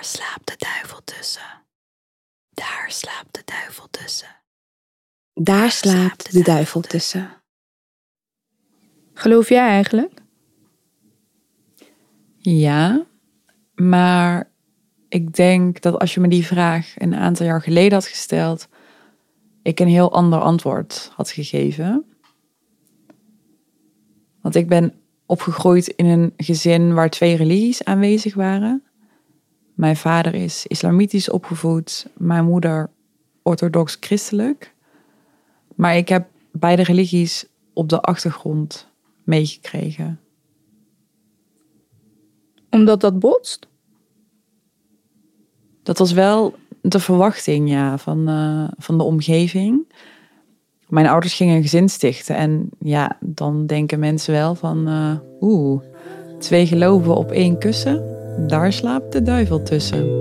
Daar slaapt de duivel tussen. Daar slaapt de duivel tussen. Daar slaapt de duivel tussen. Geloof jij eigenlijk? Ja, maar ik denk dat als je me die vraag een aantal jaar geleden had gesteld, ik een heel ander antwoord had gegeven. Want ik ben opgegroeid in een gezin waar 2 religies aanwezig waren. Mijn vader is islamitisch opgevoed, mijn moeder orthodox-christelijk. Maar ik heb beide religies op de achtergrond meegekregen. Omdat dat botst? Dat was wel de verwachting, ja, van de omgeving. Mijn ouders gingen een gezin stichten en ja, dan denken mensen wel van 2 geloven op 1 kussen, daar slaapt de duivel tussen.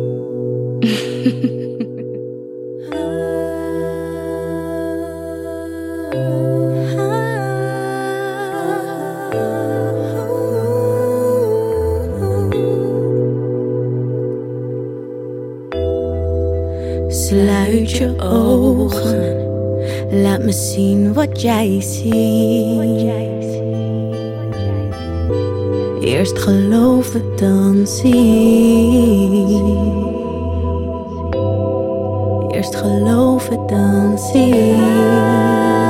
Sluit je ogen, laat me zien wat jij ziet. Eerst geloven, dan zien. Eerst geloven, dan zien.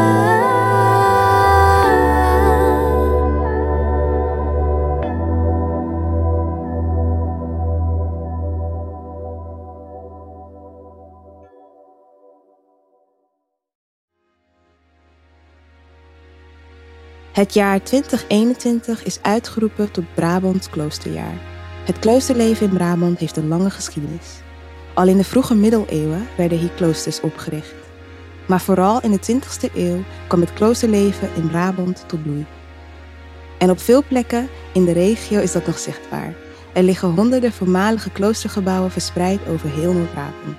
Het jaar 2021 is uitgeroepen tot Brabants kloosterjaar. Het kloosterleven in Brabant heeft een lange geschiedenis. Al in de vroege middeleeuwen werden hier kloosters opgericht. Maar vooral in de 20e eeuw kwam het kloosterleven in Brabant tot bloei. En op veel plekken in de regio is dat nog zichtbaar. Er liggen honderden voormalige kloostergebouwen verspreid over heel Noord-Brabant.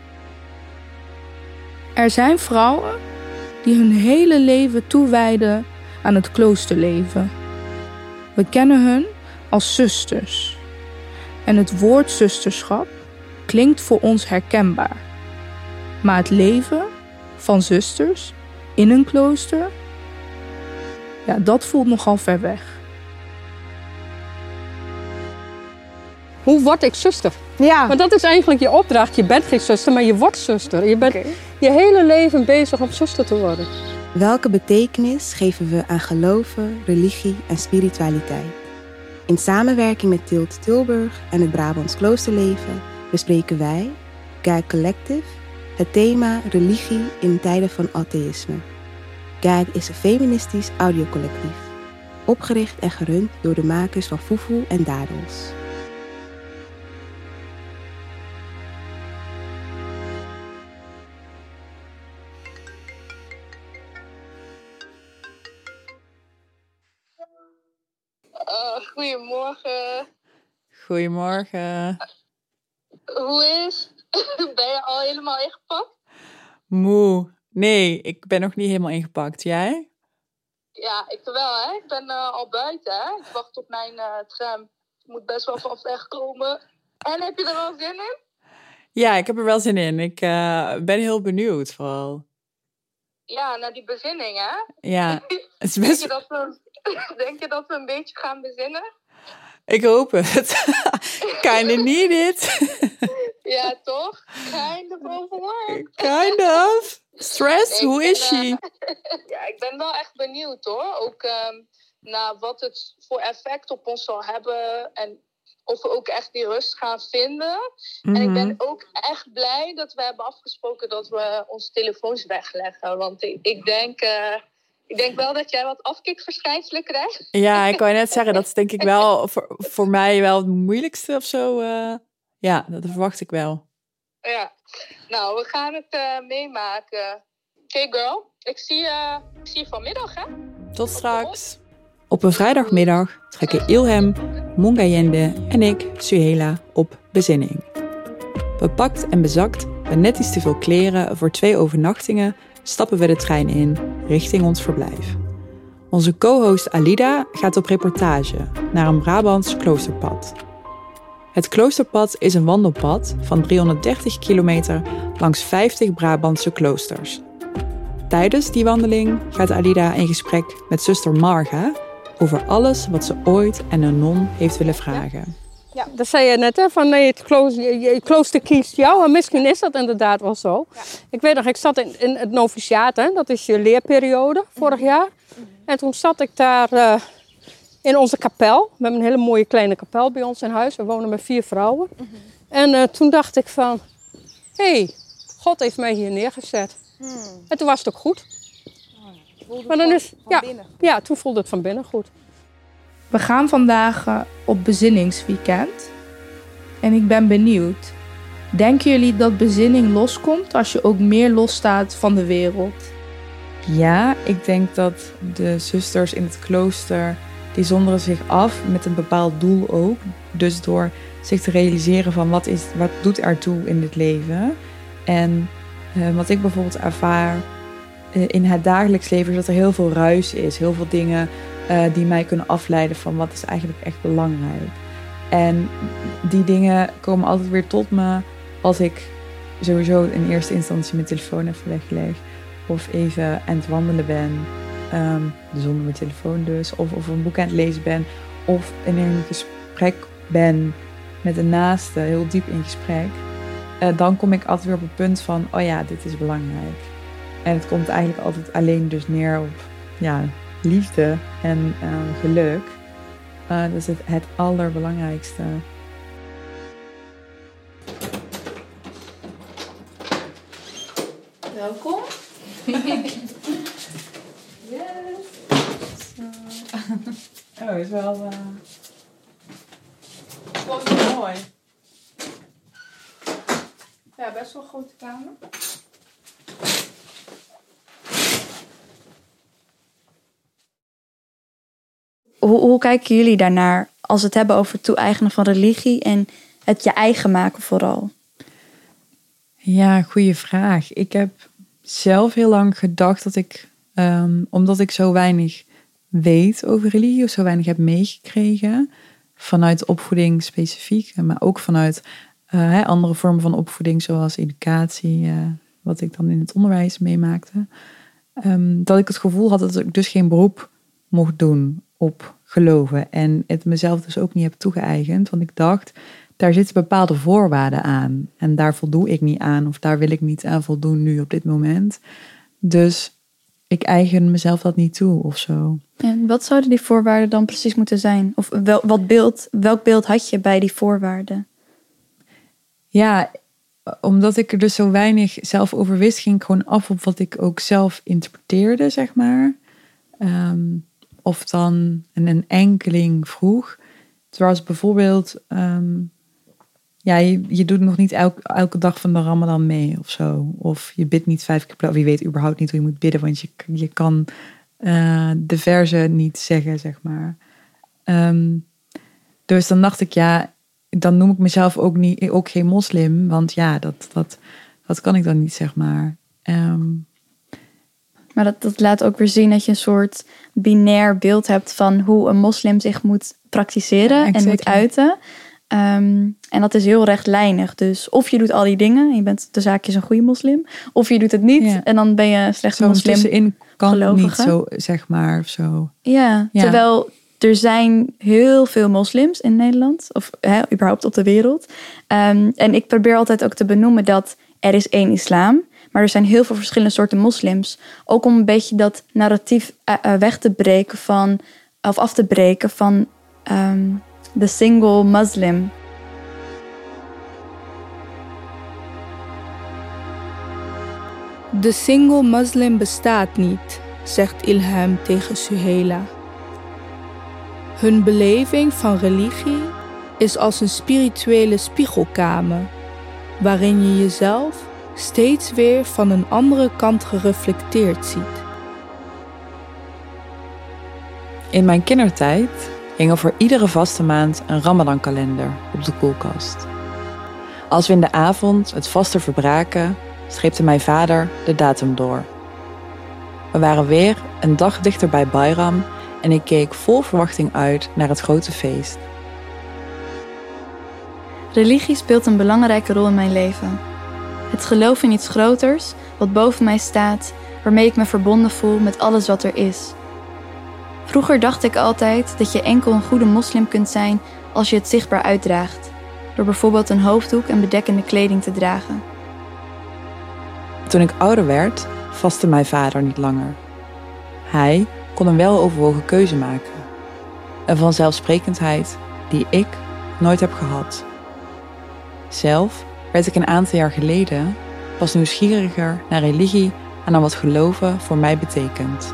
Er zijn vrouwen die hun hele leven toewijden aan het kloosterleven. We kennen hun als zusters. En het woord zusterschap klinkt voor ons herkenbaar. Maar het leven van zusters in een klooster, ja, dat voelt nogal ver weg. Hoe word ik zuster? Ja. Want dat is eigenlijk je opdracht. Je bent geen zuster, maar je wordt zuster. Je bent je hele leven bezig om zuster te worden. Welke betekenis geven we aan geloven, religie en spiritualiteit? In samenwerking met Tilt Tilburg en het Brabants kloosterleven bespreken wij, GAG Collective, het thema religie in tijden van atheïsme. GAG is een feministisch audiocollectief, opgericht en gerund door de makers van Foefoe en Dadels. Goedemorgen. Goedemorgen. Hoe is? Ben je al helemaal ingepakt? Moe. Nee, ik ben nog niet helemaal ingepakt. Jij? Ja, ik wel, hè. Ik ben al buiten, hè. Ik wacht op mijn tram. Ik moet best wel van weg komen. En heb je er wel zin in? Ja, ik heb er wel zin in. Ik ben heel benieuwd vooral. Ja, naar die bezinning, hè? Ja. Het is best... Denk je dat we een beetje gaan bezinnen? Ik hoop het. Kinda need it. Ja, toch? Kind of overworked. Kind of. Stress, hoe is she? Ja, ik ben wel echt benieuwd, hoor. Ook naar wat het voor effect op ons zal hebben. En of we ook echt die rust gaan vinden. Mm-hmm. En ik ben ook echt blij dat we hebben afgesproken dat we onze telefoons wegleggen. Want ik denk wel dat jij wat afkikverschijnselen krijgt. Ja, ik wou net zeggen, dat is denk ik wel voor mij wel het moeilijkste of zo. Ja, dat verwacht ik wel. Ja, nou, we gaan het meemaken. Oké, girl. Ik zie je vanmiddag, hè? Tot straks. Op een vrijdagmiddag trekken Ilhem, Mongayende en ik, Suhela, op bezinning. Bepakt en bezakt met net iets te veel kleren voor 2 overnachtingen stappen we de trein in richting ons verblijf. Onze co-host Alida gaat op reportage naar een Brabants kloosterpad. Het Kloosterpad is een wandelpad van 330 kilometer langs 50 Brabantse kloosters. Tijdens die wandeling gaat Alida in gesprek met zuster Marga over alles wat ze ooit aan een non heeft willen vragen. Ja, dat zei je net, hè, van nee, het klooster kiest jou. En misschien is dat inderdaad wel zo. Ja. Ik weet nog, ik zat in het noviciaat, hè, dat is je leerperiode vorig jaar. En toen zat ik daar in onze kapel. We hebben een hele mooie kleine kapel bij ons in huis. We wonen met 4 vrouwen. En toen dacht ik van, hé, God heeft mij hier neergezet. En toen was het ook goed. Maar dan is, ja, toen voelde het van binnen goed. We gaan vandaag op bezinningsweekend. En ik ben benieuwd. Denken jullie dat bezinning loskomt als je ook meer losstaat van de wereld? Ja, ik denk dat de zusters in het klooster, die zonderen zich af met een bepaald doel ook. Dus door zich te realiseren van wat doet ertoe in dit leven. En wat ik bijvoorbeeld ervaar in het dagelijks leven is dat er heel veel ruis is. Heel veel dingen die mij kunnen afleiden van wat is eigenlijk echt belangrijk. En die dingen komen altijd weer tot me als ik sowieso in eerste instantie mijn telefoon even wegleg. Of even aan het wandelen ben, zonder mijn telefoon dus. Of een boek aan het lezen ben. Of in een gesprek ben met een naaste, heel diep in gesprek. Dan kom ik altijd weer op het punt van, oh ja, dit is belangrijk. En het komt eigenlijk altijd alleen dus neer op liefde en geluk. Dat is het allerbelangrijkste. Welkom. Yes. Oh, is wel mooi. Ja, best wel een grote kamer. Hoe kijken jullie daarnaar als we het hebben over het toe-eigenen van religie en het je eigen maken vooral? Ja, goede vraag. Ik heb zelf heel lang gedacht dat ik, omdat ik zo weinig weet over religie of zo weinig heb meegekregen, vanuit opvoeding specifiek, maar ook vanuit andere vormen van opvoeding zoals educatie, wat ik dan in het onderwijs meemaakte, dat ik het gevoel had dat ik dus geen beroep mocht doen op geloven en het mezelf dus ook niet heb toegeëigend, want ik dacht, daar zitten bepaalde voorwaarden aan en daar voldoe ik niet aan of daar wil ik niet aan voldoen nu op dit moment. Dus ik eigen mezelf dat niet toe of zo. En wat zouden die voorwaarden dan precies moeten zijn? Of welk beeld had je bij die voorwaarden? Ja, omdat ik er dus zo weinig zelf over wist, ging ik gewoon af op wat ik ook zelf interpreteerde, zeg maar. Of dan een enkeling vroeg. Terwijl bijvoorbeeld, je doet nog niet elke dag van de Ramadan mee of zo. Of je bidt niet 5 keer per dag. Of je weet überhaupt niet hoe je moet bidden, want je kan de verzen niet zeggen, zeg maar. Dus dan dacht ik, dan noem ik mezelf ook geen moslim. Want ja, dat kan ik dan niet, zeg maar. Maar dat laat ook weer zien dat je een soort binair beeld hebt van hoe een moslim zich moet praktiseren en moet uiten. En dat is heel rechtlijnig. Dus of je doet al die dingen en je bent de zaakjes een goede moslim. Of je doet het niet en dan ben je een slechte moslim. Tussenin kan het niet zo, zeg maar, of zo. Ja, terwijl er zijn heel veel moslims in Nederland. Of überhaupt op de wereld. En ik probeer altijd ook te benoemen dat er is 1 islam. Maar er zijn heel veel verschillende soorten moslims. Ook om een beetje dat narratief weg te breken van, of af te breken van de single Muslim. De single moslim bestaat niet, zegt Ilham tegen Suheila. Hun beleving van religie is als een spirituele spiegelkamer, waarin je jezelf steeds weer van een andere kant gereflecteerd ziet. In mijn kindertijd hing er voor iedere vaste maand een Ramadan-kalender op de koelkast. Als we in de avond het vaste verbraken, streepte mijn vader de datum door. We waren weer een dag dichter bij Bayram en ik keek vol verwachting uit naar het grote feest. Religie speelt een belangrijke rol in mijn leven. Het geloof in iets groters, wat boven mij staat, waarmee ik me verbonden voel met alles wat er is. Vroeger dacht ik altijd dat je enkel een goede moslim kunt zijn als je het zichtbaar uitdraagt, door bijvoorbeeld een hoofddoek en bedekkende kleding te dragen. Toen ik ouder werd, vastte mijn vader niet langer. Hij kon een weloverwogen keuze maken. Een vanzelfsprekendheid die ik nooit heb gehad. Zelf werd ik een aantal jaar geleden pas nieuwsgieriger naar religie en naar wat geloven voor mij betekent.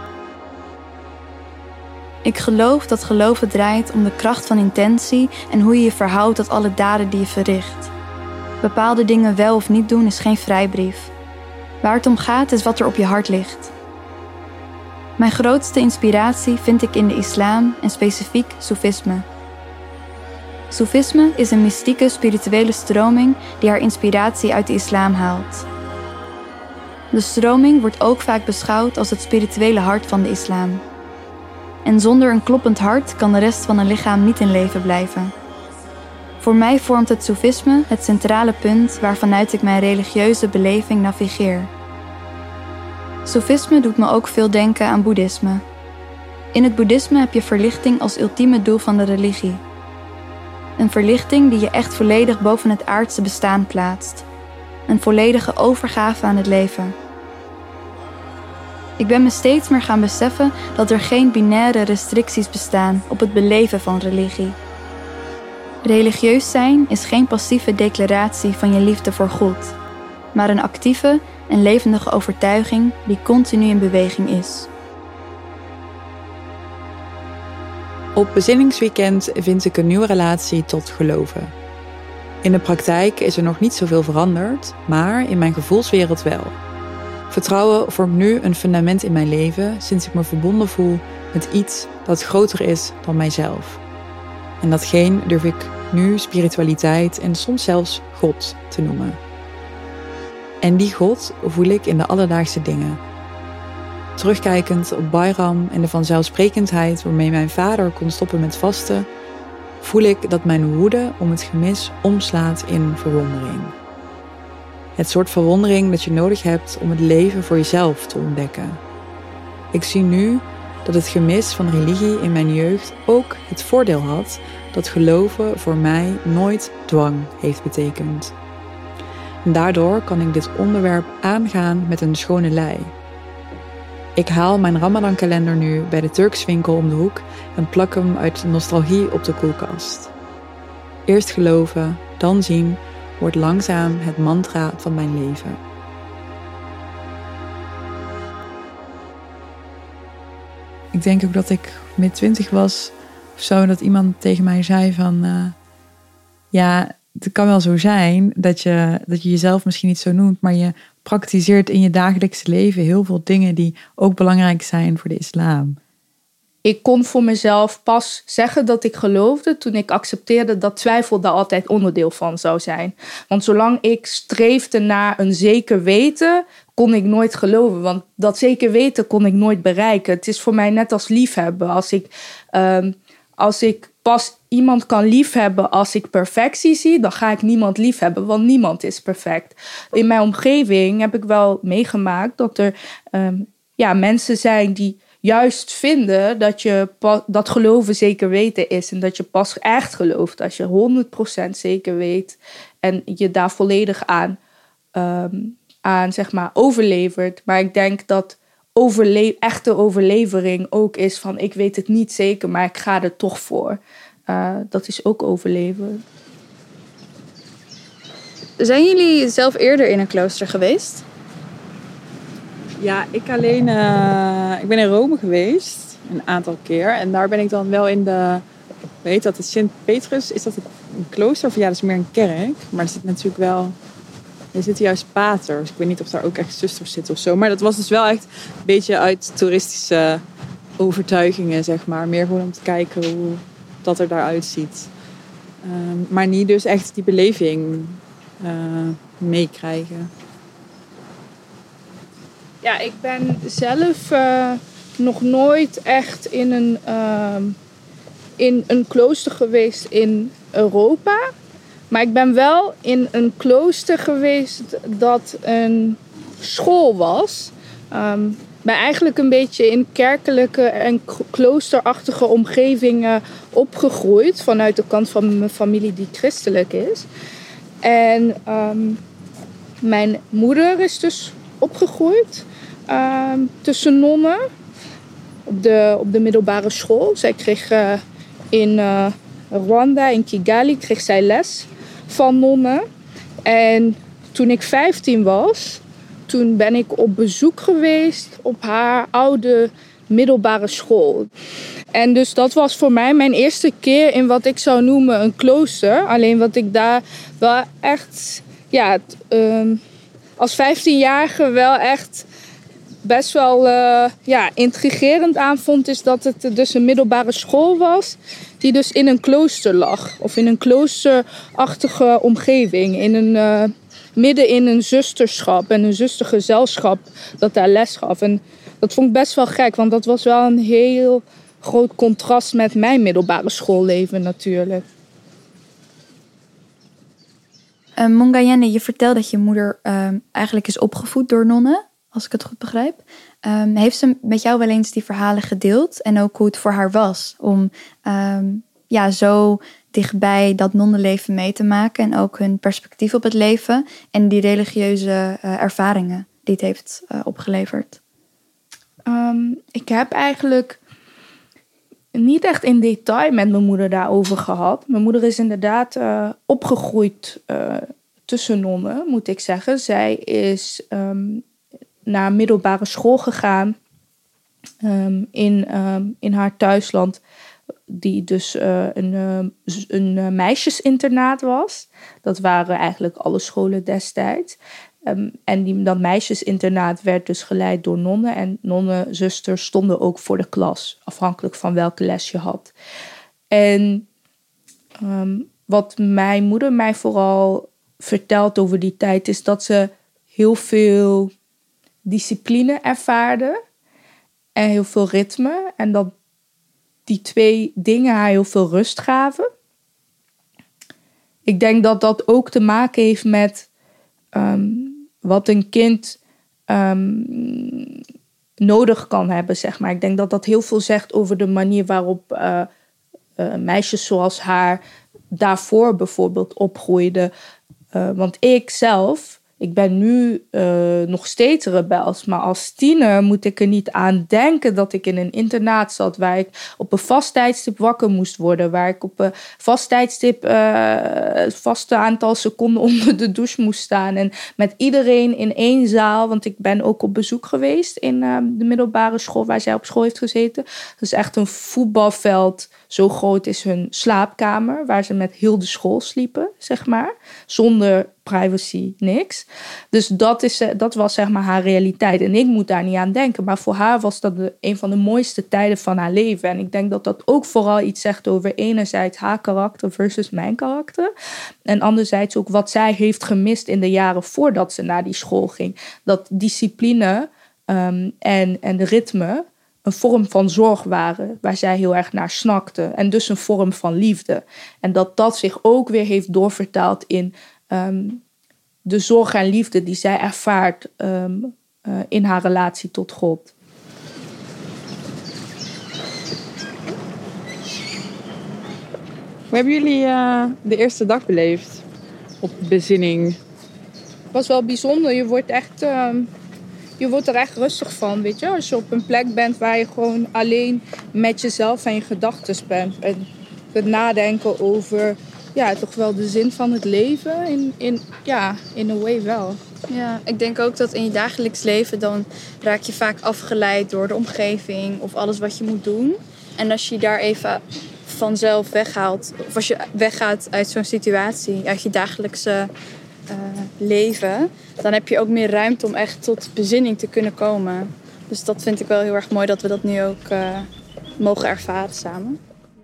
Ik geloof dat geloven draait om de kracht van intentie en hoe je je verhoudt tot alle daden die je verricht. Bepaalde dingen wel of niet doen is geen vrijbrief. Waar het om gaat is wat er op je hart ligt. Mijn grootste inspiratie vind ik in de islam en specifiek soefisme. Soefisme is een mystieke spirituele stroming die haar inspiratie uit de islam haalt. De stroming wordt ook vaak beschouwd als het spirituele hart van de islam. En zonder een kloppend hart kan de rest van een lichaam niet in leven blijven. Voor mij vormt het soefisme het centrale punt waarvanuit ik mijn religieuze beleving navigeer. Soefisme doet me ook veel denken aan boeddhisme. In het boeddhisme heb je verlichting als ultieme doel van de religie. Een verlichting die je echt volledig boven het aardse bestaan plaatst. Een volledige overgave aan het leven. Ik ben me steeds meer gaan beseffen dat er geen binaire restricties bestaan op het beleven van religie. Religieus zijn is geen passieve declaratie van je liefde voor God, maar een actieve en levendige overtuiging die continu in beweging is. Op bezinningsweekend vind ik een nieuwe relatie tot geloven. In de praktijk is er nog niet zoveel veranderd, maar in mijn gevoelswereld wel. Vertrouwen vormt nu een fundament in mijn leven sinds ik me verbonden voel met iets dat groter is dan mijzelf. En datgene durf ik nu spiritualiteit en soms zelfs God te noemen. En die God voel ik in de alledaagse dingen. Terugkijkend op Bayram en de vanzelfsprekendheid waarmee mijn vader kon stoppen met vasten, voel ik dat mijn woede om het gemis omslaat in verwondering. Het soort verwondering dat je nodig hebt om het leven voor jezelf te ontdekken. Ik zie nu dat het gemis van religie in mijn jeugd ook het voordeel had dat geloven voor mij nooit dwang heeft betekend. En daardoor kan ik dit onderwerp aangaan met een schone lei. Ik haal mijn Ramadan-kalender nu bij de Turkswinkel om de hoek en plak hem uit nostalgie op de koelkast. Eerst geloven, dan zien, wordt langzaam het mantra van mijn leven. Ik denk ook dat ik mid-20 was of zo, dat iemand tegen mij zei van ja, het kan wel zo zijn dat je jezelf misschien niet zo noemt, maar je praktiseert in je dagelijkse leven heel veel dingen die ook belangrijk zijn voor de islam. Ik kon voor mezelf pas zeggen dat ik geloofde toen ik accepteerde dat twijfel daar altijd onderdeel van zou zijn. Want zolang ik streefde naar een zeker weten, kon ik nooit geloven. Want dat zeker weten kon ik nooit bereiken. Het is voor mij net als liefhebben. Als ik pas iemand kan liefhebben als ik perfectie zie, dan ga ik niemand liefhebben, want niemand is perfect. In mijn omgeving heb ik wel meegemaakt dat er mensen zijn die juist vinden dat geloven zeker weten is. En dat je pas echt gelooft als je 100% zeker weet. En je daar volledig aan zeg maar, overlevert. Maar ik denk dat echte overlevering ook is van ik weet het niet zeker, maar ik ga er toch voor. Dat is ook overleven. Zijn jullie zelf eerder in een klooster geweest? Ja, ik alleen. Ik ben in Rome geweest een aantal keer. En daar ben ik dan wel in de. Weet dat, het Sint-Petrus, is dat een klooster? Of ja, dat is meer een kerk. Maar er zit natuurlijk wel. Er zitten juist paters. Ik weet niet of daar ook echt zusters zitten of zo. Maar dat was dus wel echt een beetje uit toeristische overtuigingen, zeg maar. Meer gewoon om te kijken hoe dat er daaruit ziet. Maar niet dus echt die beleving meekrijgen. Ja, ik ben zelf nog nooit echt in een klooster geweest in Europa. Maar ik ben wel in een klooster geweest dat een school was. Ik ben eigenlijk een beetje in kerkelijke en kloosterachtige omgevingen opgegroeid. Vanuit de kant van mijn familie die christelijk is. En mijn moeder is dus opgegroeid tussen nonnen op de middelbare school. Zij kreeg in Rwanda, in Kigali, kreeg zij les van nonnen. En toen ik 15 was, toen ben ik op bezoek geweest op haar oude middelbare school. En dus dat was voor mij mijn eerste keer in wat ik zou noemen een klooster. Alleen wat ik daar wel echt, als 15-jarige wel echt best wel intrigerend aan vond, is dat het dus een middelbare school was die dus in een klooster lag. Of in een kloosterachtige omgeving. Midden in een zusterschap en een zustergezelschap dat daar les gaf. En dat vond ik best wel gek, want dat was wel een heel groot contrast met mijn middelbare schoolleven natuurlijk. Mongayene, je vertelt dat je moeder eigenlijk is opgevoed door nonnen, als ik het goed begrijp. Heeft ze met jou wel eens die verhalen gedeeld en ook hoe het voor haar was om zo dichtbij dat nonnenleven mee te maken en ook hun perspectief op het leven en die religieuze ervaringen die het heeft opgeleverd? Ik heb eigenlijk niet echt in detail met mijn moeder daarover gehad. Mijn moeder is inderdaad opgegroeid tussen nonnen, moet ik zeggen. Zij is naar middelbare school gegaan in haar thuisland, die dus een meisjesinternaat was. Dat waren eigenlijk alle scholen destijds. En dat meisjesinternaat werd dus geleid door nonnen. En nonnenzusters stonden ook voor de klas, afhankelijk van welke les je had. En wat mijn moeder mij vooral vertelt over die tijd, is dat ze heel veel discipline ervaarde en heel veel ritme. En dat die twee dingen haar heel veel rust gaven. Ik denk dat dat ook te maken heeft met wat een kind nodig kan hebben, zeg maar. Ik denk dat dat heel veel zegt over de manier waarop meisjes zoals haar daarvoor bijvoorbeeld opgroeiden. Want ik ben nu nog steeds rebels, maar als tiener moet ik er niet aan denken dat ik in een internaat zat waar ik op een vast tijdstip wakker moest worden, waar ik op een vast tijdstip vaste aantal seconden onder de douche moest staan en met iedereen in één zaal, want ik ben ook op bezoek geweest in de middelbare school waar zij op school heeft gezeten. Dat is echt een voetbalveld, zo groot is hun slaapkamer, waar ze met heel de school sliepen, zeg maar, zonder privacy, niks. Dus dat was zeg maar haar realiteit. En ik moet daar niet aan denken. Maar voor haar was dat een van de mooiste tijden van haar leven. En ik denk dat dat ook vooral iets zegt over enerzijds haar karakter versus mijn karakter. En anderzijds ook wat zij heeft gemist in de jaren voordat ze naar die school ging. Dat discipline en de ritme een vorm van zorg waren, waar zij heel erg naar snakte. En dus een vorm van liefde. En dat zich ook weer heeft doorvertaald in de zorg en liefde die zij ervaart in haar relatie tot God. Hoe hebben jullie de eerste dag beleefd op bezinning? Het was wel bijzonder. Je wordt er echt rustig van, weet je. Als je op een plek bent waar je gewoon alleen met jezelf en je gedachten bent. En het nadenken over toch wel de zin van het leven. In a way wel. Ja, ik denk ook dat in je dagelijks leven dan raak je vaak afgeleid door de omgeving of alles wat je moet doen. En als je daar even vanzelf weghaalt, of als je weggaat uit zo'n situatie, uit je dagelijkse leven, dan heb je ook meer ruimte om echt tot bezinning te kunnen komen. Dus dat vind ik wel heel erg mooi dat we dat nu ook mogen ervaren samen.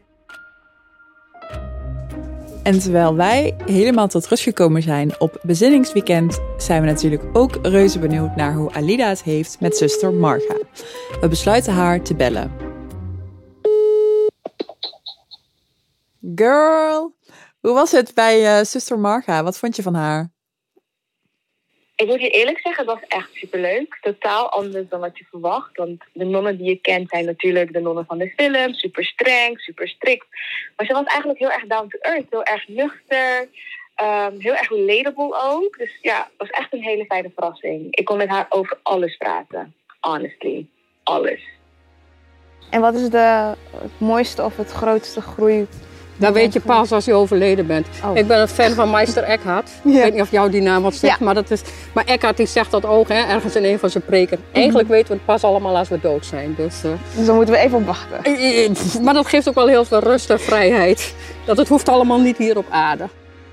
En terwijl wij helemaal tot rust gekomen zijn op bezinningsweekend, zijn we natuurlijk ook reuze benieuwd naar hoe Alida het heeft met zuster Marga. We besluiten haar te bellen. Girl, Hoe was het bij zuster Marga? Wat vond je van haar? Ik moet je eerlijk zeggen, het was echt superleuk. Totaal anders dan wat je verwacht. Want de nonnen die je kent zijn natuurlijk de nonnen van de film. Super streng, super strikt. Maar ze was eigenlijk heel erg down to earth. Heel erg nuchter. Heel erg relatable ook. Dus ja, het was echt een hele fijne verrassing. Ik kon met haar over alles praten. Honestly. Alles. En wat is het mooiste of het grootste groei? Dat weet je pas als je overleden bent. Oh. Ik ben een fan van Meister Eckhart. Ja. Ik weet niet of jou die naam wat zegt, Ja. maar Eckhart die zegt dat ook, ergens in een van zijn preken. Eigenlijk weten we het pas allemaal als we dood zijn. Dus daar moeten we even op wachten. maar dat geeft ook wel heel veel rust en vrijheid. Dat het hoeft allemaal niet hier op aarde.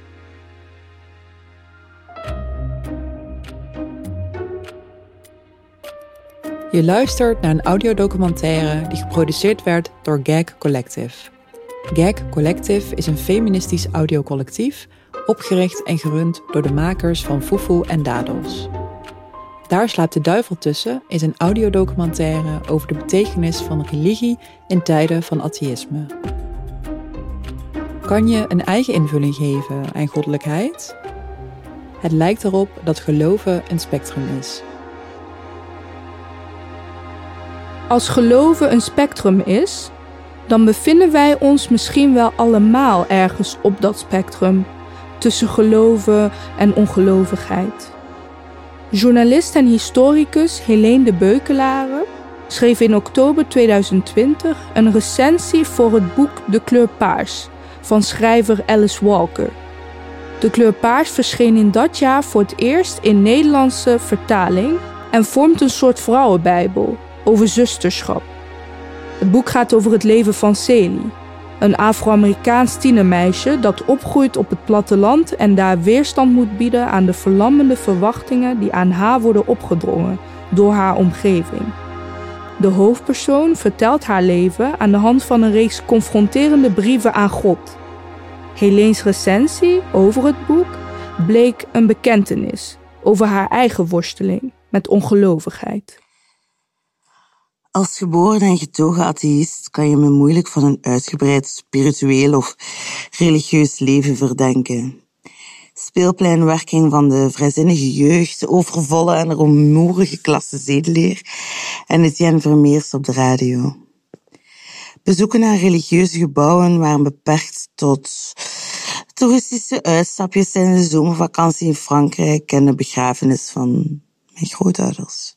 Je luistert naar een audiodocumentaire die geproduceerd werd door Gag Collective. Gag Collective is een feministisch audiocollectief, opgericht en gerund door de makers van Foefoe en Dadels. Daar slaapt de duivel tussen is een audiodocumentaire over de betekenis van religie in tijden van atheïsme. Kan je een eigen invulling geven aan goddelijkheid? Het lijkt erop dat geloven een spectrum is. Als geloven een spectrum is, dan bevinden wij ons misschien wel allemaal ergens op dat spectrum, tussen geloven en ongelovigheid. Journalist en historicus Helene de Beukelare schreef in oktober 2020 een recensie voor het boek De Kleur Paars van schrijver Alice Walker. De Kleur Paars verscheen in dat jaar voor het eerst in Nederlandse vertaling en vormt een soort vrouwenbijbel over zusterschap. Het boek gaat over het leven van Celie, een Afro-Amerikaans tienermeisje dat opgroeit op het platteland en daar weerstand moet bieden aan de verlammende verwachtingen die aan haar worden opgedrongen door haar omgeving. De hoofdpersoon vertelt haar leven aan de hand van een reeks confronterende brieven aan God. Helene's recensie over het boek bleek een bekentenis over haar eigen worsteling met ongelovigheid. Als geboren en getogen atheïst kan je me moeilijk van een uitgebreid spiritueel of religieus leven verdenken. Speelpleinwerking van de vrijzinnige jeugd, overvolle en rumoerige klasse zedeleer en Etienne Vermeers op de radio. Bezoeken aan religieuze gebouwen waren beperkt tot toeristische uitstapjes tijdens de zomervakantie in Frankrijk en de begrafenis van mijn grootouders.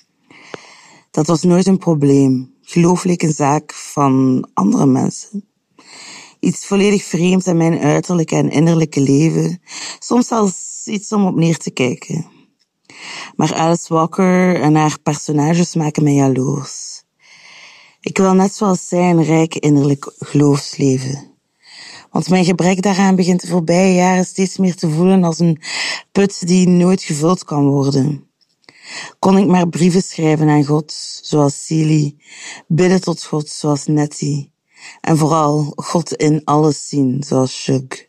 Dat was nooit een probleem. Geloof leek een zaak van andere mensen. Iets volledig vreemds aan mijn uiterlijke en innerlijke leven. Soms zelfs iets om op neer te kijken. Maar Alice Walker en haar personages maken mij jaloers. Ik wil net zoals zij een rijk innerlijk geloofsleven. Want mijn gebrek daaraan begint de voorbije jaren steeds meer te voelen als een put die nooit gevuld kan worden. Kon ik maar brieven schrijven aan God, zoals Celie, bidden tot God, zoals Nettie, en vooral God in alles zien, zoals Shug.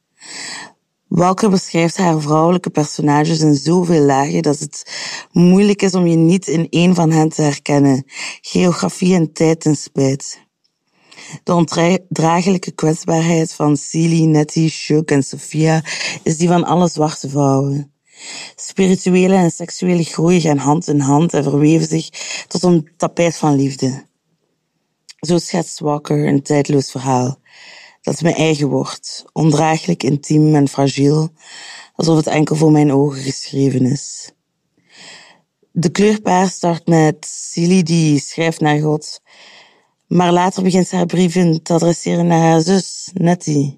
Walker beschrijft haar vrouwelijke personages in zoveel lagen dat het moeilijk is om je niet in één van hen te herkennen, geografie en tijd ten spijt. De ondraaglijke kwetsbaarheid van Celie, Nettie, Shug en Sophia is die van alle zwarte vrouwen. Spirituele en seksuele groei gaan hand in hand en verweven zich tot een tapijt van liefde. Zo schetst Walker een tijdloos verhaal dat mijn eigen wordt, ondraaglijk, intiem en fragiel, alsof het enkel voor mijn ogen geschreven is. De Kleur Paars start met Celie die schrijft naar God, maar later begint ze haar brieven te adresseren naar haar zus, Nettie.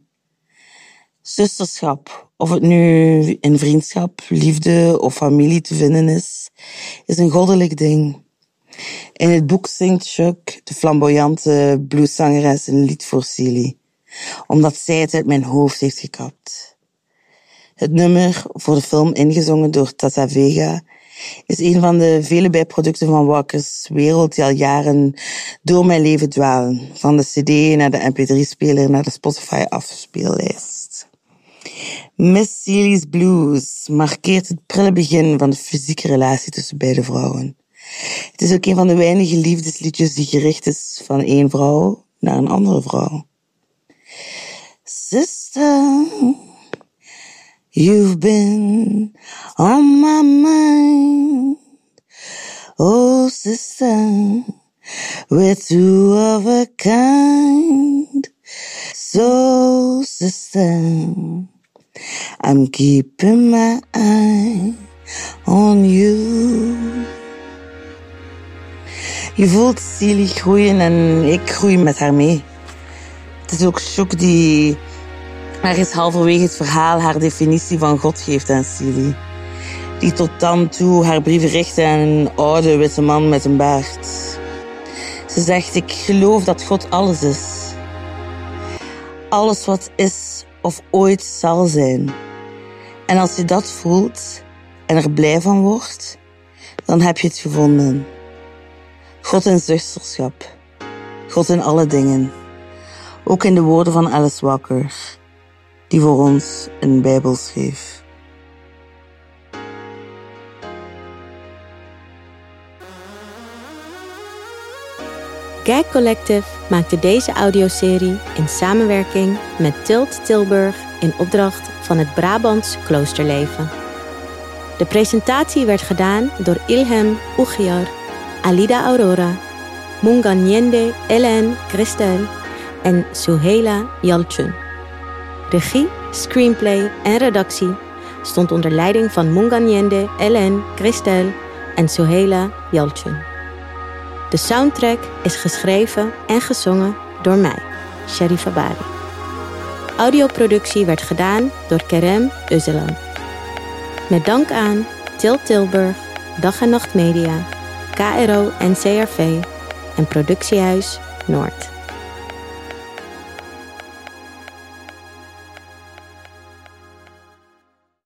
Zusterschap, of het nu in vriendschap, liefde of familie te vinden is een goddelijk ding. In het boek zingt Shug, de flamboyante blueszangeres, een lied voor Celie, omdat zij het uit mijn hoofd heeft gekapt. Het nummer, voor de film ingezongen door Tata Vega, is een van de vele bijproducten van Walkers wereld die al jaren door mijn leven dwalen, van de cd naar de mp3-speler naar de Spotify afspeellijst. Miss Celie's Blues markeert het prille begin van de fysieke relatie tussen beide vrouwen. Het is ook een van de weinige liefdesliedjes die gericht is van één vrouw naar een andere vrouw. Sister, you've been on my mind. Oh, sister, we're two of a kind. So, sister, I'm keeping my eye on you. Je voelt Celie groeien en ik groei met haar mee. Het is ook Chouk die ergens halverwege het verhaal haar definitie van God geeft aan Celie. Die tot dan toe haar brieven richtte aan een oude witte man met een baard. Ze zegt, ik geloof dat God alles is. Alles wat is of ooit zal zijn. En als je dat voelt en er blij van wordt, dan heb je het gevonden. God in zusterschap. God in alle dingen. Ook in de woorden van Alice Walker, die voor ons een Bijbel schreef. Gag Collective maakte deze audioserie in samenwerking met Tilt Tilburg in opdracht van het Brabants Kloosterleven. De presentatie werd gedaan door Ilhem Ugiar, Alida Aurora, Munganyende Ellen Christel en Suheila Yalchun. Regie, screenplay en redactie stond onder leiding van Munganyende Ellen Christel en Suheila Yalchun. De soundtrack is geschreven en gezongen door mij, Sharifa Bari. Audioproductie werd gedaan door Kerem Özalan. Met dank aan Tilt Tilburg, Dag en Nacht Media, KRO en CRV en Productiehuis Noord.